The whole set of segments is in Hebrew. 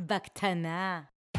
בקטנה.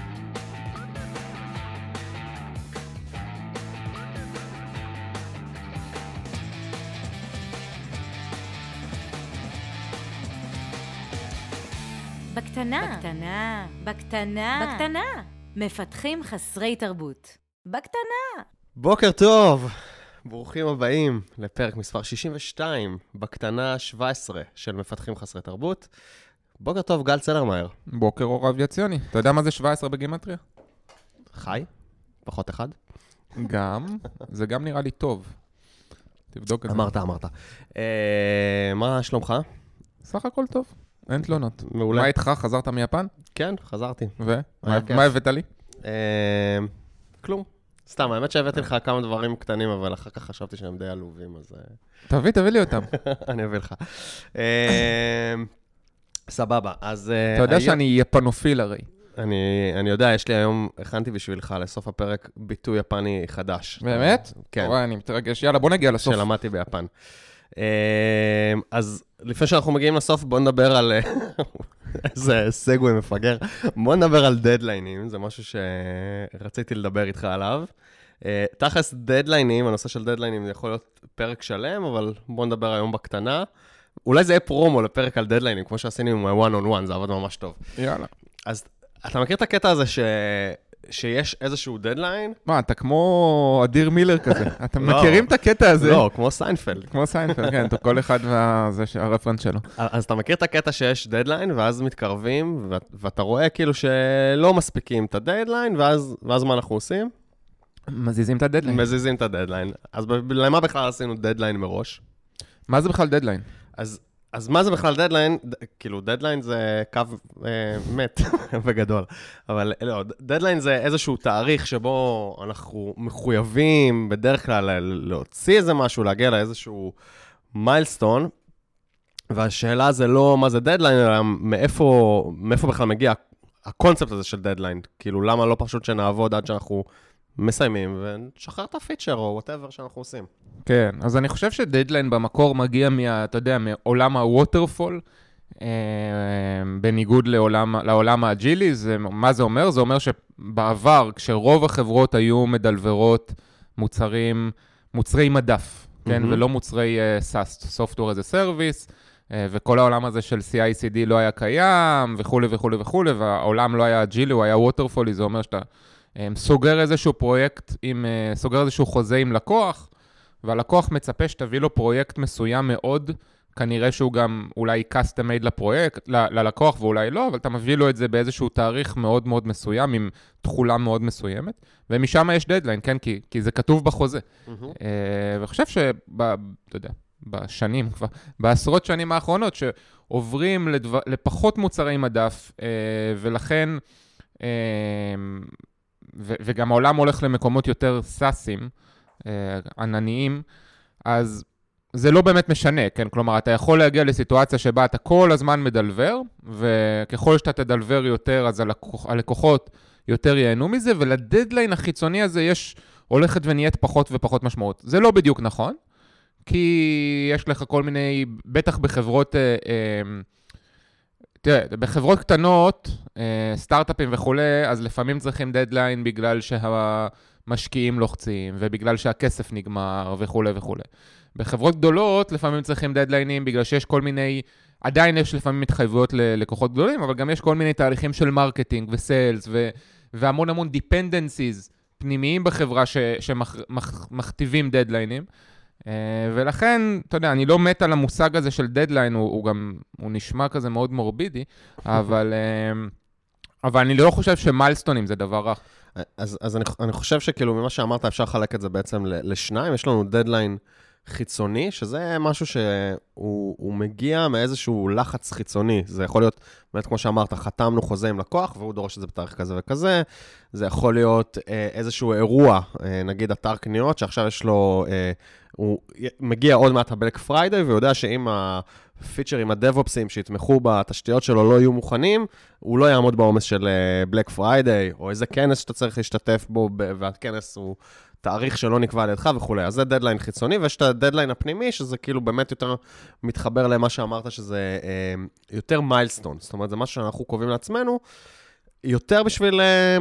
בקטנה. בקטנה. בקטנה. בקטנה. מפתחים חסרי תרבות. בקטנה. בוקר טוב. ברוכים הבאים לפרק מספר 62, בקטנה 17 של מפתחים חסרי תרבות. בוקר טוב, גל צלרמייר. בוקר אור אביציוני. אתה יודע מה זה 17 בגימטריה? חי? פחות אחד? גם. זה גם נראה לי טוב. תבדוק את זה. אמרת. מה שלומך? סך הכל טוב. אין תלונות. מעולה. מה איתך? חזרת מיפן? כן, חזרתי. מה הבאת לי? כלום. סתם, האמת שהבאתי לך כמה דברים קטנים, אבל אחר כך חשבתי שהם די עלובים, אז... תביא לי אותם. אני אביא לך. סבבה, אז... אתה יודע שאני יפנופיל הרי. אני יודע, יש לי היום, הכנתי בשבילך לסוף הפרק ביטוי יפני חדש. באמת? כן. וואי, אני מתרגש. יאללה, בוא נגיע לסוף. שלמדתי ביפן. אז לפני שאנחנו מגיעים לסוף, בוא נדבר על... איזה סגווי מפגר. בוא נדבר על דדליינים, זה משהו שרציתי לדבר איתך עליו. תכלס דדליינים, הנושא של דדליינים יכול להיות פרק שלם, אבל בוא נדבר היום בקטנה. אולי זה יהיה פרומו לפרק על דדליינים, כמו שעשינו עם one on one, זה עבד ממש טוב. יאללה. אז אתה מכיר את הקטע הזה שיש איזשהו דדליין? מה, אתה כמו אדיר מילר כזה. אתם מכירים את הקטע הזה? לא, כמו סיינפלד. כמו סיינפלד, כן, כל אחד והרפרנס שלו. אז אתה מכיר את הקטע שיש דדליין, ואז מתקרבים, ואתה רואה כאילו שלא מספיקים את הדדליין, ואז מה אנחנו עושים? מזיזים את הדדליין. מזיזים את הדדליין. אז למה בכלל עשינו דדליין מראש? מה זה בכלל דדליין? אז מה זה בכלל דדליין? כאילו, דדליין זה קו מת בגדול. אבל לא, דדליין זה איזשהו תאריך שבו אנחנו מחויבים בדרך כלל להוציא איזה משהו, להגיע לאיזשהו מיילסטון, והשאלה זה לא מה זה דדליין, אלא מאיפה בכלל מגיע הקונספט הזה של דדליין. כאילו, למה לא פשוט שנעבוד עד שאנחנו מסיימים ונשחרר את הפיצ'ר או whatever שאנחנו עושים. כן, אז אני חושב שדדליין במקור מגיע אתה יודע, מעולם הווטרפול, בניגוד לעולם האג'ילי. מה זה אומר? זה אומר שבעבר, כשרוב החברות היו מדלברות מוצרי מדף, כן? ולא מוצרי SaaS, Software as a Service, וכל העולם הזה של CI/CD לא היה קיים, וכו', והעולם לא היה אג'ילי, הוא היה ווטרפולי, זה אומר שאתה סוגר איזשהו פרויקט, סוגר איזשהו חוזה עם לקוח, והלקוח מצפה שתביא לו פרויקט מסוים מאוד, כנראה שהוא גם אולי custom made לפרויקט, ללקוח ואולי לא, אבל אתה מביא לו את זה באיזשהו תאריך מאוד מאוד מסוים, עם תחולה מאוד מסוימת, ומשם יש דדליין, כן? כי זה כתוב בחוזה. וחושב אתה יודע, בשנים כבר, בעשרות שנים האחרונות, שעוברים לפחות מוצרי מדף, ולכן, וגם העולם הולך למקומות יותר סאסים, ענניים, אז זה לא באמת משנה, כן? כלומר, אתה יכול להגיע לסיטואציה שבה אתה כל הזמן מדלבר, וככל שאתה תדלבר יותר, אז הלקוחות יותר ייהנו מזה, ולדדליין החיצוני הזה הולכת ונהיית פחות ופחות משמעות. זה לא בדיוק נכון, כי יש לך כל מיני, בטח בחברות, תראה, בחברות קטנות, סטארט-אפים וכו', אז לפעמים צריכים דדליין בגלל משקיעים לוחצים, ובגלל שהכסף נגמר, וכו'. בחברות גדולות, לפעמים צריכים דדליינים, בגלל שיש כל מיני, עדיין יש לפעמים התחייבויות ללקוחות גדולים, אבל גם יש כל מיני תהליכים של מרקטינג וסיילס, והמון dependencies פנימיים בחברה שמכתיבים דדליינים, ולכן, אתה יודע, אני לא מת על המושג הזה של דדליין, הוא נשמע כזה מאוד מורבידי, אבל אני לא חושב שמיילסטונים זה דבר רע. אז אני חושב שכאילו ממה שאמרת אפשר לחלק את זה בעצם לשניים. יש לנו דדליין חיצוני, שזה משהו שהוא מגיע מאיזשהו לחץ חיצוני. זה יכול להיות, באמת כמו שאמרת, חתמנו חוזה עם לקוח, והוא דורש את זה בתאריך כזה וכזה. זה יכול להיות איזשהו אירוע, נגיד אתר קניות, שעכשיו יש לו, הוא מגיע עוד מעט הבלק פריידיי, ויודע שאם הפיצ'רים, הדב-אופסים שיתמכו בתשתיות שלו לא יהיו מוכנים, הוא לא יעמוד בעומס של בלק פריידיי, או איזה כנס שאתה צריך להשתתף בו, והכנס הוא תאריך שלא נקבע על ידך וכו'. אז זה דדליין חיצוני, ויש את הדדליין הפנימי, שזה כאילו באמת יותר מתחבר למה שאמרת, שזה יותר מיילסטון. זאת אומרת, זה משהו שאנחנו קובעים לעצמנו, יותר בשביל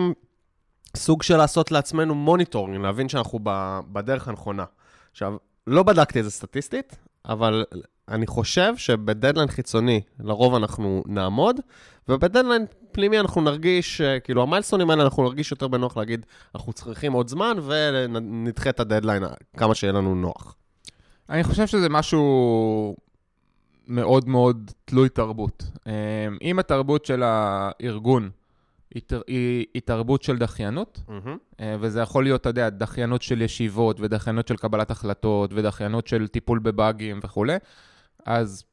סוג של לעשות לעצמנו מוניטורינג, להבין שאנחנו בדרך הנכונה. עכשיו, לא בדקתי את זה סטטיסטית, אבל אני חושב שבדדליין חיצוני, לרוב אנחנו נעמוד, ובדדליין פנימי אנחנו נרגיש, כאילו המיילסטונים האלה אנחנו נרגיש יותר בנוח להגיד, אנחנו צריכים עוד זמן, ונדחה את הדדליין כמה שיהיה לנו נוח. אני חושב שזה משהו מאוד מאוד תלוי תרבות. אם התרבות של הארגון היא תרבות של דחיינות, וזה יכול להיות, אתה יודע, דחיינות של ישיבות, ודחיינות של קבלת החלטות, ודחיינות של טיפול בבאגים וכו', אז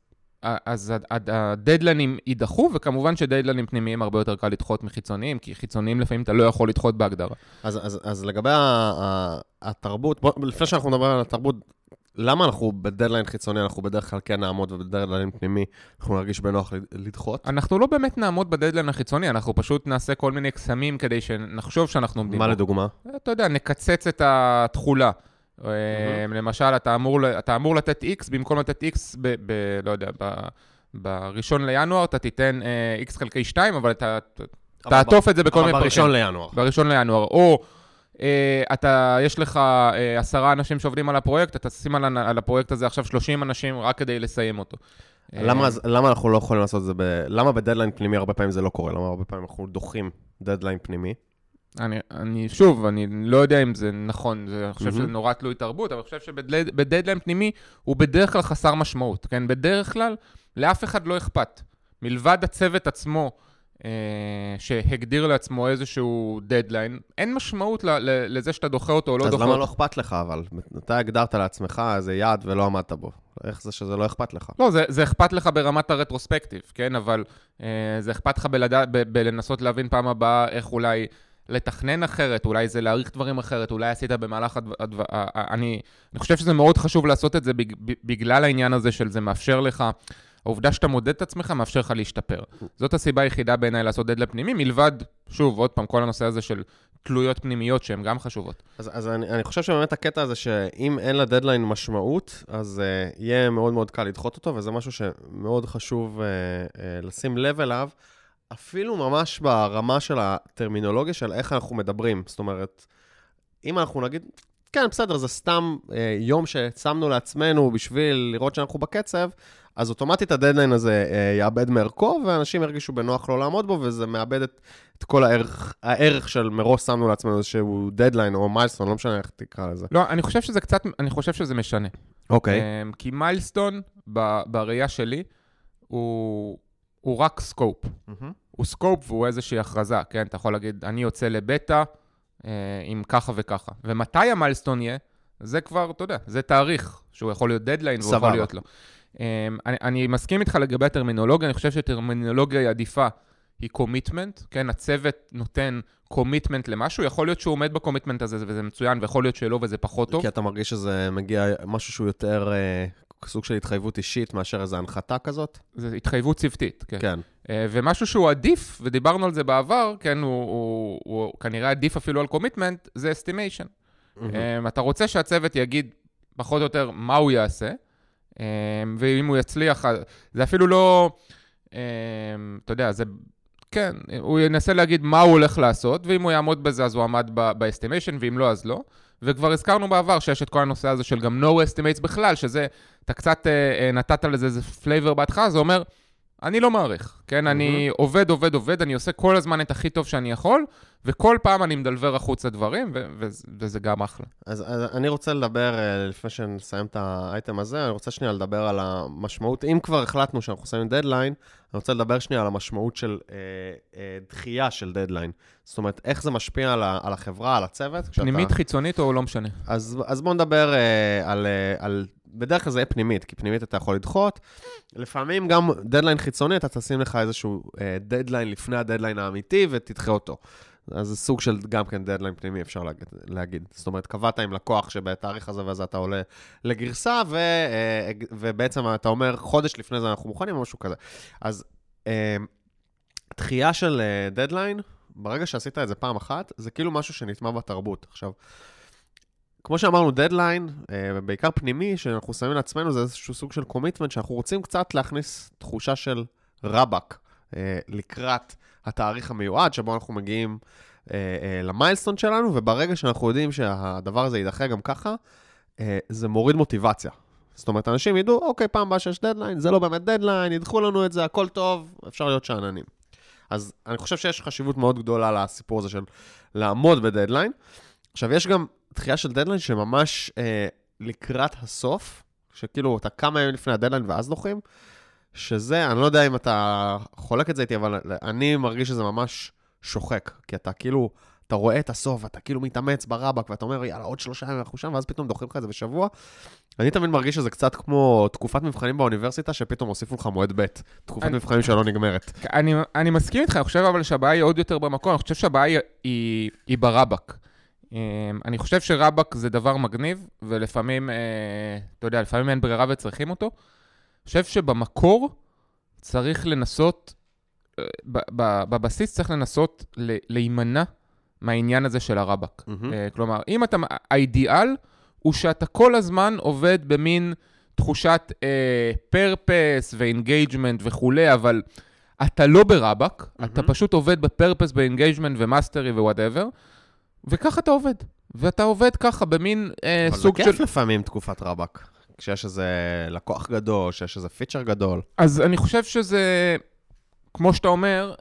הדדליינים יידחו, וכמובן שדדליינים פנימיים הרבה יותר קל לדחות מחיצוניים, כי חיצוניים לפעמים אתה לא יכול לדחות בהגדרה. אז לגבי התרבות, לפני שאנחנו נדבר על התרבות, למה אנחנו בדדליין חיצוני, אנחנו בדרך כלל כן נעמוד, ובדדליין פנימי אנחנו נרגיש בנוח לדחות? אנחנו לא באמת נעמוד בדדליין החיצוני, אנחנו פשוט נעשה כל מיני קסמים כדי שנחשוב שאנחנו עומדים. מה לדוגמה? אתה יודע, נקצץ את התחולה. למשל, אתה אמור לתת X, במקום לתת X, לא יודע, בראשון לינואר, אתה תיתן X חלקי 2, אבל אתה תעטוף את זה בכל מיני פרקים. בראשון לינואר. בראשון לינואר, או יש לך 10 אנשים שעובדים על הפרויקט, אתה שים על הפרויקט הזה עכשיו 30 אנשים רק כדי לסיים אותו. למה אנחנו לא יכולים לעשות את זה? למה בדדליין פנימי הרבה פעמים זה לא קורה? למה הרבה פעמים אנחנו דוחים דדליין פנימי? שוב, אני לא יודע אם זה נכון, אני חושב שזה נורא תלוי תרבות, אבל אני חושב שבדדליין פנימי הוא בדרך כלל חסר משמעות, כן? בדרך כלל לאף אחד לא אכפת. מלבד הצוות עצמו, שהגדיר לעצמו איזשהו דדליין, אין משמעות לזה שאתה דוחה אותו או לא דוחה אותו. אז למה לא אכפת לך, אבל? אתה הגדרת לעצמך איזה יעד ולא עמדת בו. איך זה שזה לא אכפת לך? לא, זה אכפת לך ברמת הרטרוספקטיב, כן? אבל זה אכפת לך בלנסות להבין פעם הבאה איך אולי לתכנן אחרת, אולי זה להעריך דברים אחרת, אולי עשית במהלך אני חושב שזה מאוד חשוב לעשות את זה בגלל העניין הזה של זה מאפשר לך, העובדה שאתה מודד את עצמך מאפשר לך להשתפר. זאת הסיבה היחידה בעיניי לעשות דדליין פנימי, מלבד, שוב, עוד פעם, כל הנושא הזה של תלויות פנימיות שהן גם חשובות. אז אני חושב שבאמת הקטע הזה שאם אין לדדליין משמעות, אז יהיה מאוד מאוד קל לדחות אותו, וזה משהו שמאוד חשוב לשים לב אליו, אפילו ממש ברמה של הטרמינולוגיה של איך אנחנו מדברים. זאת אומרת, אם אנחנו נגיד, כן, בסדר, זה סתם יום ששמנו לעצמנו בשביל לראות שאנחנו בקצב, אז אוטומטית הדדליין הזה יאבד מערכו, ואנשים ירגישו בנוח לא לעמוד בו, וזה מאבד את כל הערך של מראש שמנו לעצמנו איזשהו דדליין או מיילסטון, לא משנה איך תקרא לזה. לא, אני חושב שזה משנה. אוקיי. כי מיילסטון, בראייה שלי, הוא רק סקופ. הוא סקופ והוא איזושהי הכרזה, כן? אתה יכול להגיד, אני יוצא לבטא עם ככה וככה. ומתי המיילסטון יהיה? זה כבר, אתה יודע, זה תאריך, שהוא יכול להיות דדליין והוא יכול להיות לו. אני מסכים איתך לגבי הטרמינולוגיה, אני חושב שטרמינולוגיה היא עדיפה, היא קומיטמנט, כן? הצוות נותן קומיטמנט למשהו, יכול להיות שהוא עומד בקומיטמנט הזה וזה מצוין, ויכול להיות שלא וזה פחות טוב. כי אתה מרגיש שזה מגיע משהו שהוא יותר סוג של התחייבות אישית מאשר איזו הנחתה כזאת? זה התחייבות צוותית, כן. כן. ומשהו שהוא עדיף, ודיברנו על זה בעבר, כן, הוא כנראה עדיף אפילו על קומיטמנט, זה estimation. אתה רוצה שהצוות יגיד פחות או יותר מה הוא יעשה, ואם הוא יצליח, זה אפילו לא, אתה יודע, זה, כן, הוא ינסה להגיד מה הוא הולך לעשות, ואם הוא יעמוד בזה אז הוא עמד ב-estimation, ואם לא אז לא. וכבר הזכרנו בעבר שיש את כל הנושא הזה של גם no estimates בכלל, שזה, אתה קצת נתת לזה איזה flavor בהתחלה, זה אומר, אני לא מעריך, כן? אני עובד, אני עושה כל הזמן את הכי טוב שאני יכול, וכל פעם אני מדלבר החוצה דברים, וזה גם אחלה. אז אני רוצה לדבר, לפני שנסיים את האייטם הזה, אני רוצה שנייה לדבר על המשמעות, אם כבר החלטנו שאנחנו שמים דדליין, אני רוצה לדבר שנייה על המשמעות של דחייה של דדליין. זאת אומרת, איך זה משפיע על החברה, על הצוות? פנימית, חיצונית או לא משנה? אז בואו נדבר על בדרך כלל זה יהיה פנימית, כי פנימית אתה יכול לדחות. לפעמים גם דדליין חיצוני, אתה תשים לך איזשהו דדליין לפני הדדליין האמיתי, ותדחה אותו. אז זה סוג של גם כן דדליין פנימי, אפשר להגיד. זאת אומרת, קבעת עם לקוח שבתאריך הזה וזה אתה עולה לגרסה, ובעצם אתה אומר, חודש לפני זה אנחנו מוכנים, או משהו כזה. אז דחייה של דדליין, ברגע שעשית את זה פעם אחת, זה כאילו משהו שנטמע בתרבות. עכשיו, כמו שאמרנו, דדליין, בעיקר פנימי, שאנחנו שמים לעצמנו, זה איזשהו סוג של קומיטמנט, שאנחנו רוצים קצת להכניס תחושה של רבק. לקראת התאריך המיועד, שבו אנחנו מגיעים למיילסטון שלנו, וברגע שאנחנו יודעים שהדבר הזה יידחה גם ככה, זה מוריד מוטיבציה. זאת אומרת, אנשים ידעו, אוקיי, פעם הבאה שיש דדליין, זה לא באמת דדליין, ידחו לנו את זה, הכל טוב, אפשר להיות שעננים. אז אני חושב שיש חשיבות מאוד גדולה לסיפור הזה של לעמוד בדדליין. עכשיו, יש גם דחייה של דדליין שממש לקראת הסוף, שכאילו אתה כמה ימים לפני הדדליין ואז דוחים, שזה, אני לא יודע אם אתה חולק את זה איתי, אבל אני מרגיש שזה ממש שוחק, כי אתה כאילו, אתה רואה את הסוף, אתה כאילו מתאמץ ברבק, ואתה אומר, יאללה, עוד 3 ימים אנחנו שם, ואז פתאום דוחים לך את זה בשבוע. אני תמיד מרגיש שזה קצת כמו תקופת מבחנים באוניברסיטה, שפתאום הוסיפו לך מועד ב', תקופת מבחנים שלא נגמרת. אני מסכים איתך, אני חושב אבל שהבעיה היא עוד יותר במקום, אני חושב שהבעיה היא ברבק. אני חושב שרבק זה דבר מגניב, ולפעמים, אתה יודע, לפעמים אין ברירה וצריכים אותו. אני חושב שבמקור צריך לנסות, בבסיס צריך לנסות להימנע מהעניין הזה של הרבק. כלומר, אם אתה, האידיאל הוא שאתה כל הזמן עובד במין תחושת פרפס ואינגייג'מנט וכולי, אבל אתה לא ברבק, אתה פשוט עובד בפרפס, באינגייג'מנט ומאסטרי ווואטאבר, וככה אתה עובד. ואתה עובד ככה במין סוג של... אבל זה כיף לפעמים תקופת רבק, כשיש איזה לקוח גדול, כשיש איזה פיצ'ר גדול. אז אני חושב שזה, כמו שאתה אומר,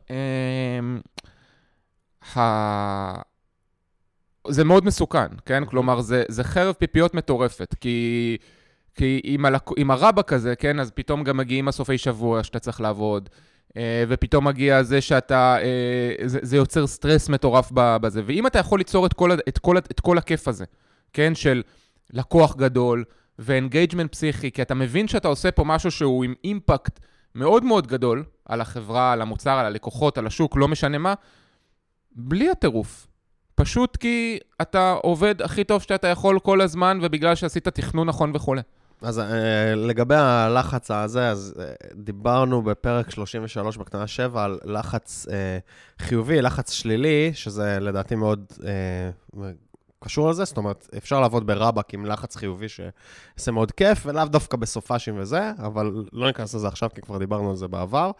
זה מאוד מסוכן, כן? כלומר, זה חרב פיפיות מטורפת, כי עם הרבק הזה, כן? אז פתאום גם מגיעים הסופי שבוע שאתה צריך לעבוד, ופתאום מגיע זה שאתה, זה יוצר סטרס מטורף בזה, ואם אתה יכול ליצור את כל הכיף הזה, כן? של לקוח גדול ואנגייג'מנט פסיכי, כי אתה מבין שאתה עושה פה משהו שהוא עם אימפקט מאוד מאוד גדול על החברה, על המוצר, על הלקוחות, על השוק, לא משנה מה, בלי הטירוף. פשוט כי אתה עובד הכי טוב שאתה יכול כל הזמן, ובגלל שעשית תכנון נכון וכו'. אז לגבי הלחץ הזה, אז דיברנו בפרק 33 בקטנה 7 על לחץ חיובי, לחץ שלילי, שזה לדעתי מאוד קשור לזה, זאת אומרת, אפשר לעבוד ברבק עם לחץ חיובי שעושה מאוד כיף, ולאו דווקא בסופשים וזה, אבל לא ניכנס לזה עכשיו, כי כבר דיברנו על זה בעבר.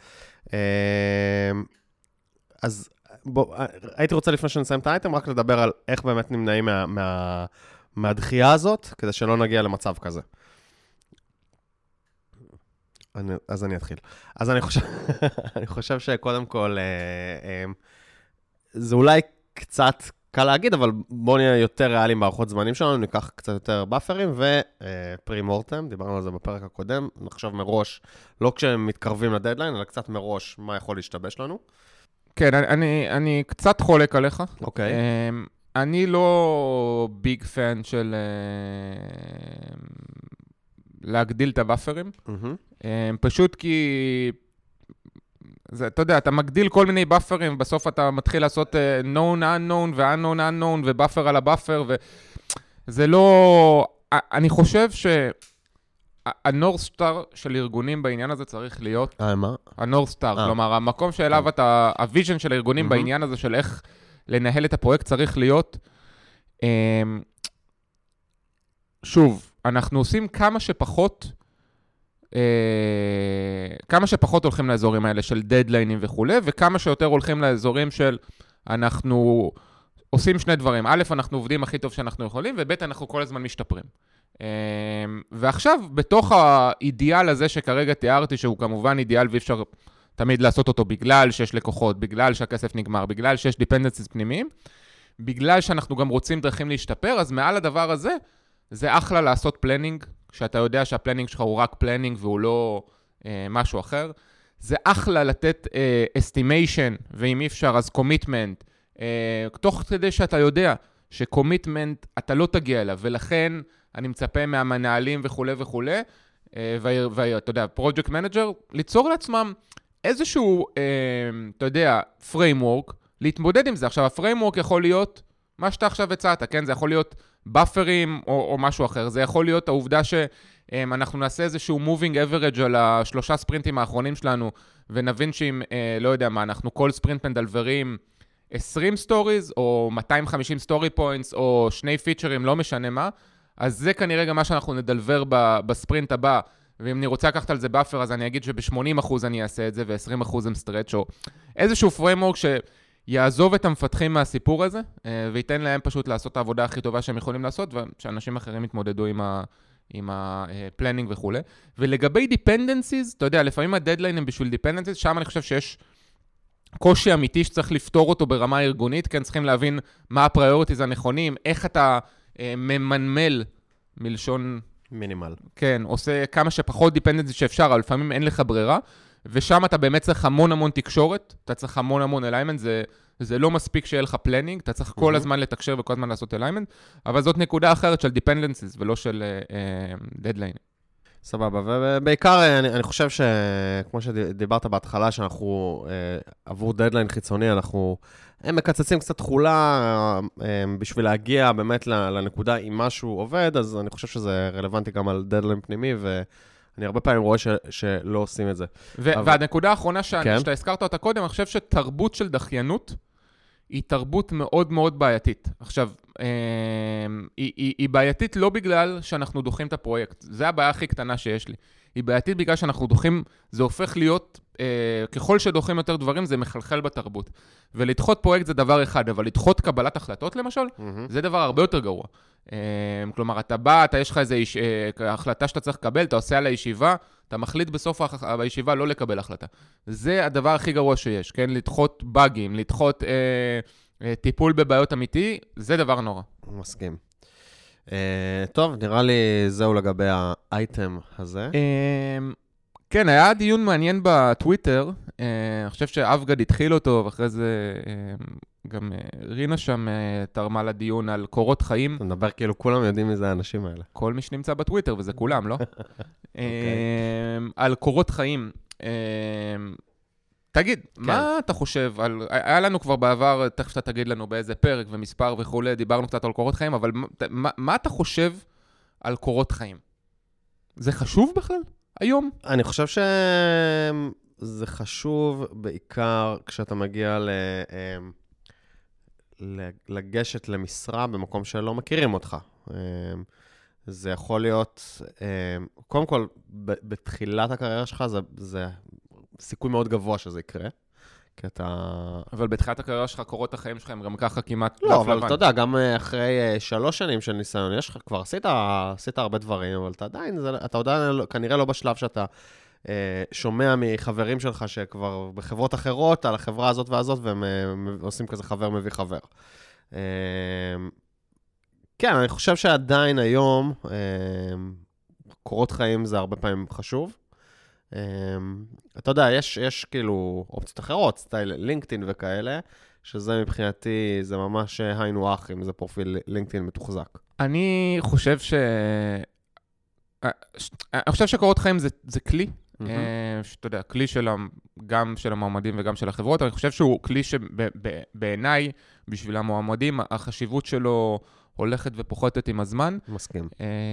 אז הייתי רוצה לפני שנסיים את האייטם, רק לדבר על איך באמת נמנעים מהדחייה הזאת, כדי שלא נגיע למצב כזה. אז אני אתחיל. אז אני חושב שקודם כל, זה אולי קצת קל להגיד, אבל בואו נהיה יותר ריאליים בערכות זמנים שלנו, ניקח קצת יותר באפרים ופרי-מורטם, דיברנו על זה בפרק הקודם, נחשב מראש, לא כשהם מתקרבים לדדליין, אלא קצת מראש מה יכול להשתבש לנו. כן, אני קצת חולק עליך. אוקיי. אני לא ביג פן של להגדיל את הבאפרים. פשוט כי, אתה יודע, אתה מגדיל כל מיני באפרים, בסוף אתה מתחיל לעשות known unknown ו-unknown unknown ובאפר על הבאפר, וזה לא... אני חושב הנורth סטאר של ארגונים בעניין הזה צריך להיות... מה? הנורth סטאר, כלומר, המקום שאליו אתה... הוויז'ן של הארגונים בעניין הזה של איך לנהל את הפרויקט צריך להיות... שוב, אנחנו עושים כמה שפחות הולכים לאזורים האלה של דדליינים וכו', וכמה שיותר הולכים לאזורים של אנחנו עושים שני דברים. א', אנחנו עובדים הכי טוב שאנחנו יכולים, וב', אנחנו כל הזמן משתפרים. ועכשיו, בתוך האידיאל הזה שכרגע תיארתי, שהוא כמובן אידיאל ואי אפשר תמיד לעשות אותו בגלל שיש לקוחות, בגלל שהכסף נגמר, בגלל שיש דיפנדנסיס פנימיים, בגלל שאנחנו גם רוצים דרכים להשתפר, אז מעל הדבר הזה, זה אחלה לעשות פלנינג, שאתה יודע שהפלנינג שלך הוא רק פלנינג והוא לא משהו אחר. זה אחלה לתת estimation, ואם אי אפשר, אז commitment, תוך כדי שאתה יודע ש-commitment אתה לא תגיע אליו, ולכן אני מצפה מהמנהלים וכו' וכו', ואתה יודע, project manager, ליצור לעצמם איזשהו, אתה יודע, framework, להתמודד עם זה. עכשיו, הפריימוורק יכול להיות מה שאתה עכשיו הצעת, כן? זה יכול להיות באפרים או משהו אחר. זה יכול להיות העובדה שאנחנו נעשה איזשהו moving average על 3 ספרינטים האחרונים שלנו, ונבין שאם, לא יודע מה, אנחנו כל ספרינט מדלברים 20 סטוריז, או 250 סטורי פוינטס, או 2 פיצ'רים, לא משנה מה, אז זה כנראה גם מה שאנחנו נדלבר בספרינט הבא, ואם אני רוצה לקחת על זה באפר, אז אני אגיד שב-80% אני אעשה את זה, ו-20% הם סטרץ' או איזשהו פריימורק שיעזוב את המפתחים מהסיפור הזה, וייתן להם פשוט לעשות את העבודה הכי טובה שהם יכולים לעשות, ושאנשים אחרים יתמודדו עם הפלנינג וכו'. ולגבי dependencies, אתה יודע, לפעמים הדדליין הם בשביל dependencies, שם אני חושב שיש קושי אמיתי שצריך לפתור אותו ברמה הארגונית, כן, צריכים להבין מה הפריוריטיז הנכונים, איך אתה ממנמל מלשון מינימל. כן, עושה כמה שפחות dependencies שאפשר, אבל לפעמים אין לך ברירה, ושם אתה באמת צריך המון תקשורת, אתה צריך המון alignment, זה לא מספיק שיהיה לך planning, אתה צריך כל הזמן לתקשר וכל הזמן לעשות alignment, אבל זאת נקודה אחרת של dependencies ולא של deadline. סבבה, ובעיקר אני חושב שכמו שדיברת בהתחלה, שאנחנו עבור דדליין חיצוני, אנחנו מקצצים קצת תחולה בשביל להגיע באמת לנקודה אם משהו עובד, אז אני חושב שזה רלוונטי גם על דדליין פנימי, ואני הרבה פעמים רואה שלא עושים את זה. והנקודה האחרונה שאתה הזכרת אותה קודם, אני חושב שתרבות של דחיינות היא תרבות מאוד בעייתית. עכשיו, היא בעייתית לא בגלל שאנחנו דוחים את הפרויקט, זה הבעיה הכי קטנה שיש לי. היא בעייתית בגלל שאנחנו דוחים, זה הופך להיות, ככל שדוחים יותר דברים, זה מחלחל בתרבות. ולדחות פרויקט זה דבר אחד, אבל לדחות קבלת החלטות למשל, זה דבר הרבה יותר גרוע. כלומר, אתה בא, יש לך איזו החלטה שאתה צריך לקבל, אתה עושה על הישיבה, אתה מחליט בסוף הישיבה לא לקבל החלטה. זה הדבר הכי גרוע שיש, כן? לדחות באגים, לדחות טיפול בבעיות אמיתי, זה דבר נורא. מסכים. טוב, נראה לי זהו לגבי האייטם הזה. כן, היה דיון מעניין בטוויטר, אני חושב שאבגד התחיל אותו, ואחרי זה גם רינה שם תרמה לדיון על קורות חיים. אתה מדבר כאילו כולם יודעים מי זה האנשים האלה. כל מי שנמצא בטוויטר, וזה כולם, לא? על קורות חיים. תגיד, מה אתה חושב על... היה לנו כבר בעבר, תכף אתה תגיד לנו באיזה פרק ומספר וכו', דיברנו קצת על קורות חיים, אבל מה אתה חושב על קורות חיים? זה חשוב בכלל היום? אני חושב שזה חשוב בעיקר כשאתה מגיע לגשת למשרה במקום שלא מכירים אותך. זה יכול להיות, קודם כל, בתחילת הקריירה שלך זה סיכוי מאוד גבוה שזה יקרה, כי אתה... אבל בתחילת הקריירה שלך, קורות החיים שלך הם גם ככה כמעט... לא, אבל אתה יודע, גם אחרי 3 שנים של ניסיון, יש לך כבר עשית הרבה דברים, אבל אתה עדיין, אתה עדיין כנראה לא בשלב שאתה שומע מחברים שלך שכבר בחברות אחרות, על החברה הזאת והזאת, והם עושים כזה חבר מביא חבר. כן, אני חושב שעדיין היום, קורות חיים זה הרבה פעמים חשוב. אתה יודע, יש כאילו אופציות אחרות, סטייל לינקדאין וכאלה, שזה מבחינתי, זה ממש היינו אח, אם זה פרופיל לינקדאין מתוחזק. אני חושב אני חושב שקורות חיים זה כלי, שאתה יודע, כלי גם של המועמדים וגם של החברות, אני חושב שהוא כלי שבעיניי, בשביל המועמדים, החשיבות שלו הולכת ופוחתת עם הזמן. מסכים.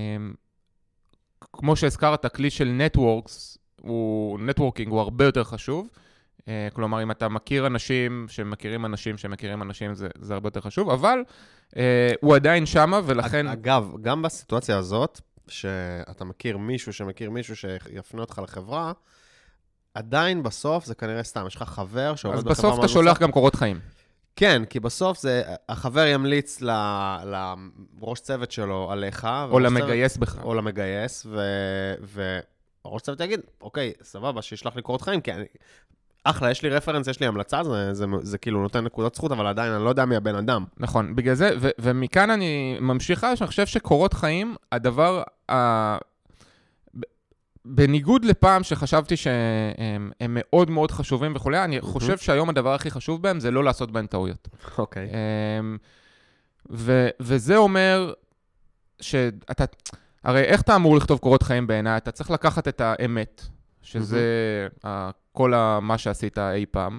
כמו שהזכרת, הכלי של נטוורקינג הוא הרבה יותר חשוב. כלומר, אם אתה מכיר אנשים שמכירים אנשים, זה הרבה יותר חשוב, אבל הוא עדיין שמה, ולכן... אגב, גם בסיטואציה הזאת, שאתה מכיר מישהו שמכיר מישהו שיפנה אותך לחברה, עדיין בסוף זה כנראה סתם, יש לך חבר שעובד בחברה... אז בסוף אתה שולח גם קורות חיים. כן, כי בסוף החבר ימליץ לראש צוות שלו עליך. או למגייס בך. או למגייס, וראש צוות יגיד, אוקיי, סבבה, שישלח לי קורות חיים, כי אחלה, יש לי רפרנס, יש לי המלצה, זה כאילו נותן נקודות זכות, אבל עדיין אני לא יודע מי הבן אדם. נכון, בגלל זה, ומכאן אני ממשיכה, שאני חושב שקורות חיים, הדבר, בניגוד לפעם שחשבתי שהם מאוד מאוד חשובים וכו', אני חושב שהיום הדבר הכי חשוב בהם זה לא לעשות בהם טעויות. אוקיי. וזה אומר שאתה, הרי איך אתה אמור לכתוב קורות חיים בעיניי? אתה צריך לקחת את האמת, שזה כל מה שעשית אי פעם,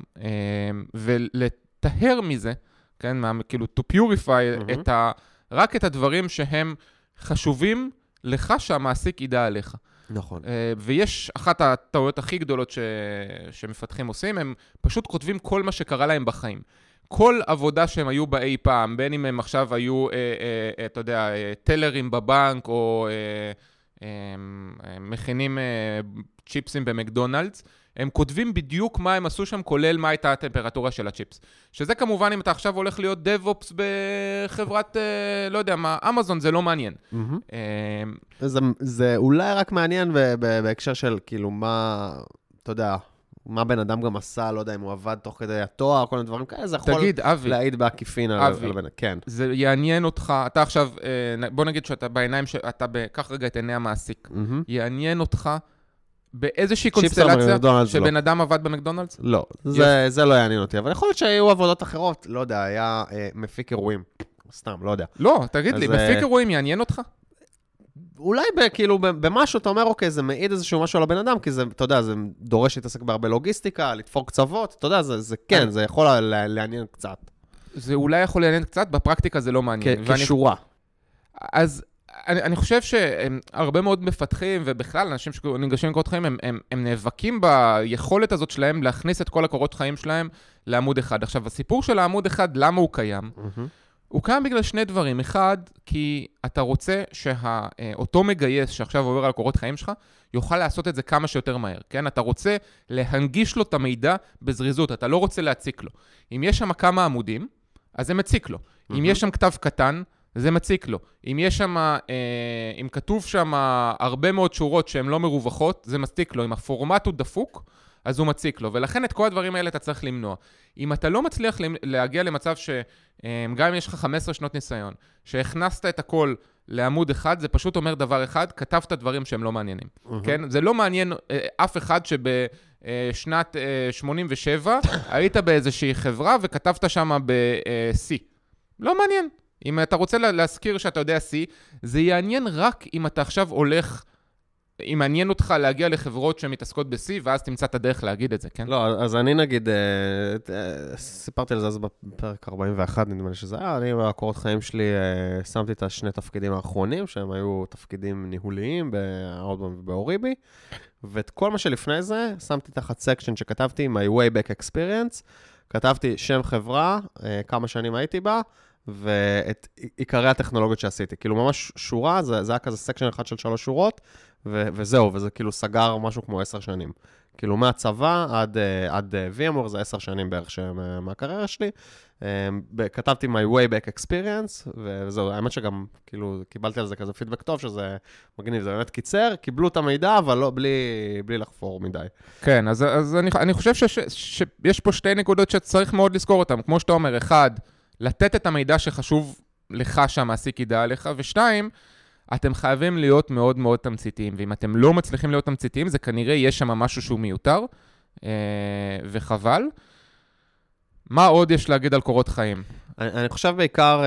ולטהר מזה, כן, כאילו to purify רק את הדברים שהם חשובים לך שהמעסיק ידע עליך. נכון. ויש אחת הטעויות הכי גדולות שמפתחים עושים, הם פשוט כותבים כל מה שקרה להם בחיים. כל עבודה שהם היו בה אי פעם, בין אם הם עכשיו היו, אתה יודע, טלרים בבנק, או מכינים צ'יפסים במקדונלדס, הם כותבים בדיוק מה הם עשו שם, כולל מה הייתה הטמפרטורה של הצ'יפס. שזה כמובן, אם אתה עכשיו הולך להיות DevOps בחברת, לא יודע מה, אמזון, זה לא מעניין. זה אולי רק מעניין בהקשר של כאילו מה, אתה יודע, מה בן אדם גם עשה, לא יודע אם הוא עבד תוך כדי התואר, כל מיני דברים כאלה, זה יכול להעיד בעקיפין על בן אדם. כן. זה יעניין אותך, אתה עכשיו, בוא נגיד שאתה בעיניים, אתה קח רגע את עיני המעסיק, יעניין אותך באיזושהי קונסטלציה שבן אדם עבד במקדונלדס? לא, זה לא יעניין אותי, אבל יכול להיות שהיו עבודות אחרות, לא יודע, היה מפיק אירועים, סתם, לא יודע. לא, תגיד לי, מפיק אירועים יעניין אותך? אולי כאילו במשהו אתה אומר, אוקיי, זה מעיד איזשהו משהו על הבן אדם, כי זה, אתה יודע, זה דורש להתעסק בהרבה לוגיסטיקה, לתפור קצוות, אתה יודע, זה כן, זה יכול לעניין קצת. זה אולי יכול לעניין קצת, בפרקטיקה זה לא מעניין. כשורה. אז אני חושב שהרבה מאוד מפתחים, ובכלל אנשים שניגשים לקורות חיים, הם נאבקים ביכולת הזאת שלהם להכניס את כל הקורות חיים שלהם לעמוד אחד. עכשיו, הסיפור של העמוד אחד, למה הוא קיים? הוא קיים בגלל שני דברים. אחד, כי אתה רוצה שאותו מגייס שעכשיו עובר על קורות חיים שלך, יוכל לעשות את זה כמה שיותר מהר, כן? אתה רוצה להנגיש לו את המידע בזריזות, אתה לא רוצה להציק לו. אם יש שם כמה עמודים, אז זה מציק לו. אם יש שם כתב קטן, זה מציק לו. אם יש שם, אם כתוב שם הרבה מאוד שורות שהן לא מרווחות, זה מציק לו. אם הפורמט הוא דפוק, אז הוא מציק לו. ולכן את כל הדברים האלה אתה צריך למנוע. אם אתה לא מצליח להגיע למצב שגם אם יש לך 15 שנות ניסיון, שהכנסת את הכל לעמוד אחד, זה פשוט אומר דבר אחד, כתבת דברים שהם לא מעניינים. כן? זה לא מעניין אף אחד שבשנת 87 היית באיזושהי חברה וכתבת שם ב-C. לא מעניין. אם אתה רוצה להזכיר שאתה יודע C, זה יעניין רק אם אתה עכשיו הולך, אם מעניין אותך להגיע לחברות שמתעסקות ב-C, ואז תמצא את הדרך להגיד את זה, כן? לא, אז אני נגיד, סיפרתי על זה אז בפרק 41, נדמה לי שזה היה, אני בקורות חיים שלי שמתי את השני תפקידים האחרונים, שהם היו תפקידים ניהוליים באוטבאונד ובאוריבי, ואת כל מה שלפני זה, שמתי תחת סקשן שכתבתי, my way back experience, כתבתי שם חברה, כמה שנים הייתי בה, ואת עיקרי הטכנולוגיות שעשיתי. כאילו ממש שורה, זה היה כזה סקשן אחד של 3 שורות, וזהו, וזה כאילו סגר משהו כמו 10 שנים. כאילו מהצבא עד VMware, זה 10 שנים בערך מהקריירה שלי. כתבתי my way back experience, וזהו, האמת שגם כאילו קיבלתי על זה כזה פידבק טוב, שזה מגניב, זה באמת קיצר, קיבלו את המידע, אבל לא, בלי לחפור מדי. כן, אז אני חושב שיש פה שתי נקודות שצריך מאוד לזכור אותן. כמו שאתה אומר, אחד, לתת את המידע שחשוב לך שהמעסיק ידע עליך, ושתיים, אתם חייבים להיות מאוד מאוד תמציתיים, ואם אתם לא מצליחים להיות תמציתיים, זה כנראה יש שם משהו שהוא מיותר, וחבל. מה עוד יש להגיד על קורות חיים? אני חושב בעיקר,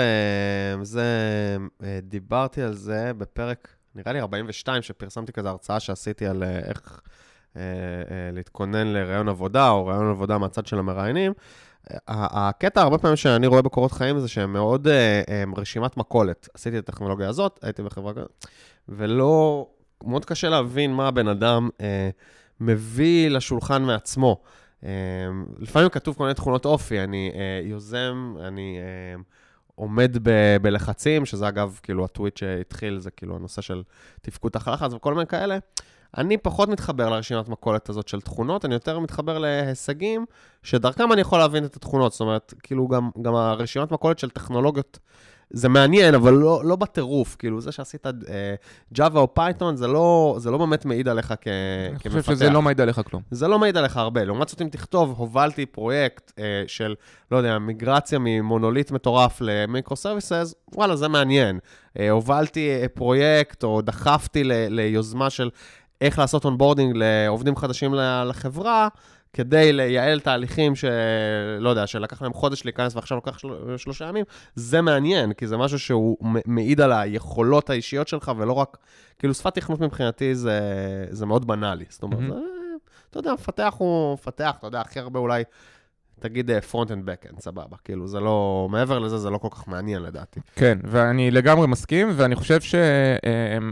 דיברתי על זה בפרק, נראה לי 42, שפרסמתי כזה הרצאה שעשיתי על איך להתכונן לרעיון עבודה, או רעיון עבודה מהצד של המראיינים. הקטע הרבה פעמים שאני רואה בקורות חיים זה שהם מאוד רשימת מכולת. עשיתי את הטכנולוגיה הזאת, הייתי בחברה כזאת, ולא, מאוד קשה להבין מה הבן אדם מביא לשולחן מעצמו. לפעמים כתוב כל מיני תכונות אופי, אני יוזם, אני עומד בלחצים, שזה אגב כאילו הטוויט שהתחיל, זה כאילו הנושא של תפקוד החלחץ וכל מיני כאלה. אני פחות מתחבר לרשימת מכולת הזאת של תכונות, אני יותר מתחבר להישגים, שדרכם אני יכול להבין את התכונות, זאת אומרת, כאילו גם הרשימת מכולת של טכנולוגיות, זה מעניין, אבל לא בטירוף, כאילו זה שעשית Java או Python, זה לא באמת מעיד עליך כמפתח. אני חושב שזה לא מעיד עליך כלום. זה לא מעיד עליך הרבה, לעומת זאת אם תכתוב, הובלתי פרויקט של, לא יודע, מיגרציה ממונוליט מטורף למיקרו-סרוויסס, וואלה, זה מעניין. הובלתי פרויקט או דחפתי ליוזמה של איך לעשות אונבורדינג לעובדים חדשים לחברה, כדי לייעל תהליכים שלא יודע, שלקח להם חודש להיכנס ועכשיו לקח 3 ימים, זה מעניין, כי זה משהו שהוא מעיד על היכולות האישיות שלך, ולא רק, כאילו שפת תכנות מבחינתי זה מאוד בנאלי, זאת אומרת, אתה יודע, מפתח הוא מפתח, אתה יודע, הכי הרבה אולי, תגיד front and back end, סבבה, כאילו זה לא, מעבר לזה זה לא כל כך מעניין לדעתי. כן, ואני לגמרי מסכים, ואני חושב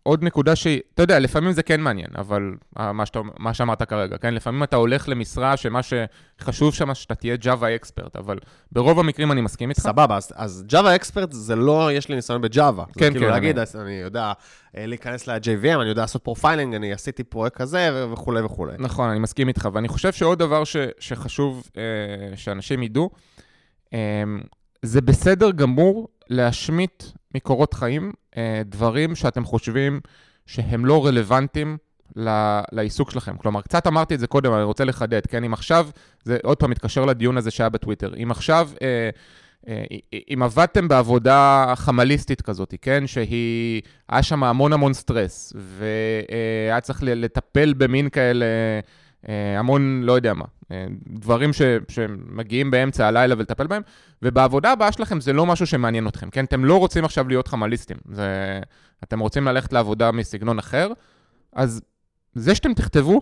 עוד נקודה שהיא, אתה יודע, לפעמים זה כן מעניין, אבל מה שאמרת כרגע, כן? לפעמים אתה הולך למשרה שמה שחשוב שם שאתה תהיה Java אקספרט, אבל ברוב המקרים אני מסכים איתך. סבבה, אז Java אקספרט זה לא, יש לי ניסיון ב-Java. כן, כאילו להגיד, אני יודע להיכנס ל-JVM, אני יודע לעשות פרופיילינג, אני עשיתי פרויקט כזה וכו' וכו'. נכון, אני מסכים איתך, ואני חושב שעוד דבר שחשוב שאנשים ידעו, זה בסדר גמור להשמיט מקורות חיים, דברים שאתם חושבים שהם לא רלוונטיים לעיסוק שלכם. כלומר, קצת אמרתי את זה קודם, אני רוצה לחדד, כן? אם עכשיו, זה עוד פעם מתקשר לדיון הזה שהיה בטוויטר, אם עכשיו, אם עבדתם בעבודה חמליסטית כזאת, כן? היה שם המון סטרס, והיה צריך לטפל במין כאלה, המון, לא יודע מה, דברים שמגיעים באמצע הלילה ולטפל בהם, ובעבודה הבאה שלכם זה לא משהו שמעניין אתכם, כן? אתם לא רוצים עכשיו להיות חמליסטים, אתם רוצים ללכת לעבודה מסגנון אחר, אז זה שאתם תכתבו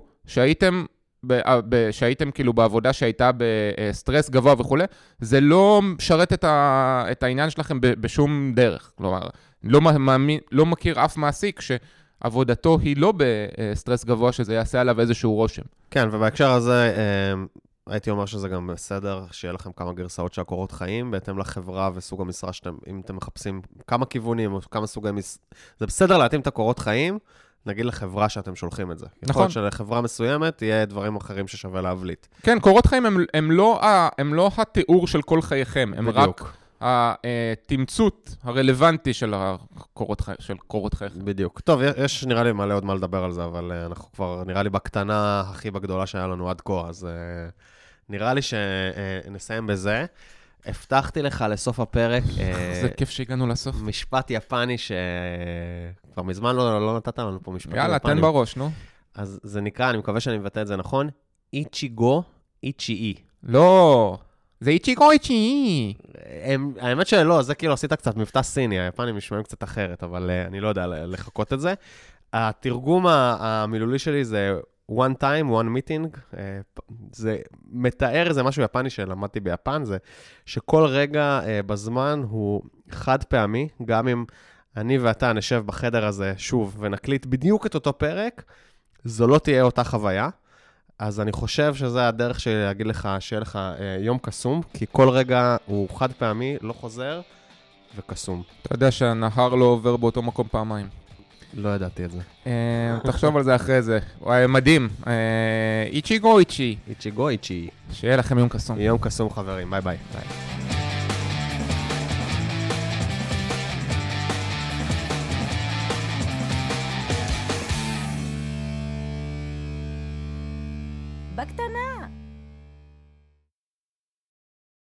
שהייתם כאילו בעבודה שהייתה בסטרס גבוה וכו', זה לא משרת את העניין שלכם בשום דרך. כלומר, לא מכיר אף מעסיק שעבודתו היא לא בסטרס גבוה, שזה יעשה עליו איזשהו רושם. כן, ובהקשר הזה, הייתי אומר שזה גם בסדר, שיהיה לכם כמה גרסאות של קורות חיים, בהתאם לחברה וסוג המשרה שאתם, אם אתם מחפשים כמה כיוונים או כמה סוגי זה בסדר להתאים את הקורות חיים, נגיד לחברה שאתם שולחים את זה. נכון. יכול להיות שלחברה מסוימת יהיה דברים אחרים ששווה להבליט. כן, קורות חיים הם לא התיאור של כל חייכם, הם רק התמצות הרלוונטי של קורות חייכם. בדיוק. טוב, יש נראה לי מלא עוד מה לדבר על זה, אבל אנחנו כבר נראה לי בקטנה הכי בגדולה שהיה לנו עד כה, אז נראה לי שנסיים בזה. הבטחתי לך לסוף הפרק. זה כיף שהגענו לסוף. משפט יפני שכבר מזמן לא נתת לנו פה משפט יפני. יאללה, תן בראש, נו. אז זה נקרא, אני מקווה שאני מבטא את זה נכון, איצ'יגו איצ'י. לא, זה איצ'יגו איצ'י. האמת שלא, זה כאילו עשית קצת מבטא סיני, היפנים משמעים קצת אחרת, אבל אני לא יודע לחכות את זה. התרגום המילולי שלי זה one time, one meeting, זה מתאר, זה משהו יפני שלמדתי ביפן, זה שכל רגע בזמן הוא חד פעמי, גם אם אני ואתה נשב בחדר הזה שוב ונקליט בדיוק את אותו פרק, זו לא תהיה אותה חוויה, אז אני חושב שזה הדרך שלי להגיד לך שיהיה לך יום קסום, כי כל רגע הוא חד פעמי, לא חוזר וקסום. אתה יודע שהנהר לא עובר באותו מקום פעמיים. לא ידעתי את זה. תחשוב על זה אחרי זה. מדהים. איצ'יגו איצ'י. איצ'יגו איצ'י. שיהיה לכם יום קסום. יום קסום חברים. ביי ביי.